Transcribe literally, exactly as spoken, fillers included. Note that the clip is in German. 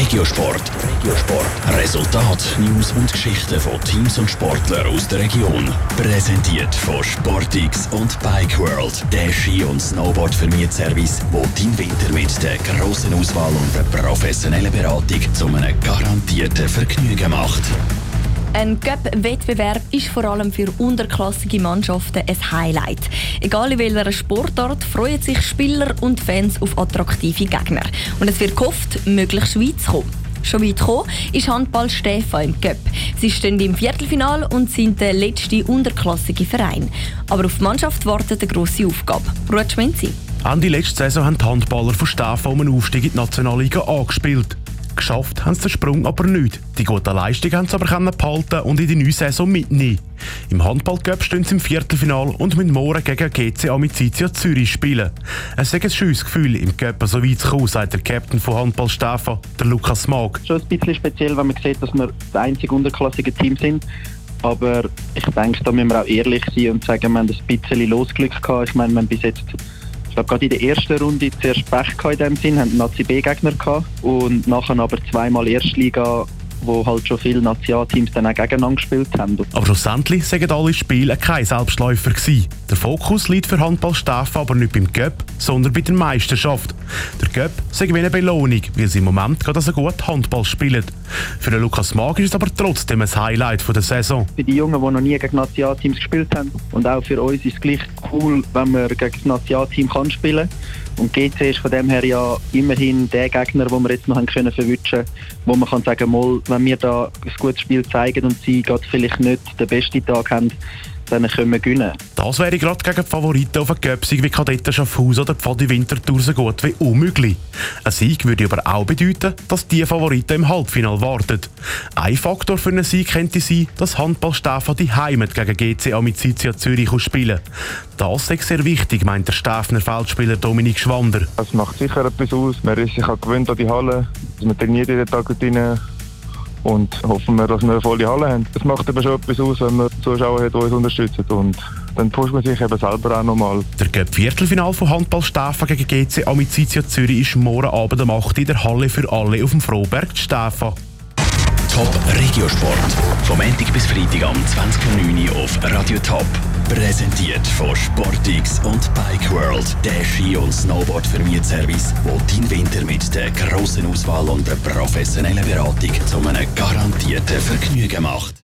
Regiosport. Regiosport. Resultat, News und Geschichten von Teams und Sportlern aus der Region. Präsentiert von Sportix und Bike World. Der Ski- und Snowboard-Vermietservice, wo dein Winter mit der grossen Auswahl und der professionellen Beratung zu einem garantierten Vergnügen macht. Ein Cup-Wettbewerb ist vor allem für unterklassige Mannschaften ein Highlight. Egal in welcher Sportart freuen sich Spieler und Fans auf attraktive Gegner. Und es wird gehofft, möglichst weit zu kommen. Schon weit gekommen ist Handball Stäfa im Cup. Sie stehen im Viertelfinale und sind der letzte unterklassige Verein. Aber auf die Mannschaft wartet eine grosse Aufgabe. Ruud Schmenzi. Ende letzte Saison haben die Handballer von Stäfa um einen Aufstieg in die Nationalliga angespielt. Geschafft haben sie den Sprung aber nicht. Die gute Leistung haben sie aber behalten und in die neue Saison mitnehmen. Im Handball-Cup stehen sie im Viertelfinale und müssen morgen gegen G C Amicizia Zürich spielen. Es ist ein schönes Gefühl, im Cup so weit zu kommen, sagt der Captain von Handball Stäfa, der Lukas Mag. Schon ein bisschen speziell, wenn man sieht, dass wir das einzige unterklassige Team sind. Aber ich denke, da müssen wir auch ehrlich sein und sagen, wir haben ein bisschen Losglück gehabt. Ich meine, wir haben bis jetzt, ich glaube, gerade in der ersten Runde zuerst Pech gehabt in dem Sinn, haben einen A C B-Gegner gehabt und nachher aber zweimal Erstliga, wo halt schon viele Nationalteams dann auch gegeneinander gespielt haben. Aber schlussendlich sagen alle Spiele kein Selbstläufer gewesen. Der Fokus liegt für Handball Stäfa aber nicht beim Cup, sondern bei der Meisterschaft. Der Cup sei wie eine Belohnung, weil sie im Moment gerade so gut Handball spielen. Für den Lukas Mag ist es aber trotzdem ein Highlight der Saison. Für die Jungen, die noch nie gegen Nationalteams gespielt haben. Und auch für uns ist es gleich cool, wenn man gegen das Nationalteam kann spielen kann. Und G C ist von dem her ja immerhin der Gegner, den wir jetzt noch haben können verwutschen, wo man kann sagen, mal, wenn wir da ein gutes Spiel zeigen und sie gerade vielleicht nicht den besten Tag haben, dann können wir gewinnen. Das wäre gerade gegen die Favoriten auf einen Cup-Sieg wie Kadetten Schaffhausen oder Pfadi Winterthur so gut wie unmöglich. Ein Sieg würde aber auch bedeuten, dass die Favoriten im Halbfinale warten. Ein Faktor für einen Sieg könnte sein, dass Handball Stäfa die Heimat gegen G C Amicizia Zürich spielen. Das ist sehr wichtig, meint der Stäfner Feldspieler Dominik Schwander. Es macht sicher etwas aus. Man ist sich auch gewöhnt an die Halle. Man trainiert jeden Tag drin. Und hoffen wir, dass wir eine volle Halle haben. Es macht aber schon etwas aus, wenn man Zuschauer hat, die uns unterstützen. Und dann pusht man sich eben selber auch nochmal. Der Cup-Viertelfinale von Handball Stäfa gegen G C Amicizia Zürich ist morgen Abend um acht Uhr in der Halle für alle auf dem Frohberg Stäfa. Top Regiosport. Vom Montag bis Freitag am zwanzig Uhr neun auf Radio Top. Präsentiert von Sportix und Bike World. Der Ski- und Snowboard-Vermietservice, wo dein Winter mit der grossen Auswahl und der professionellen Beratung zu einem garantierten Vergnügen macht.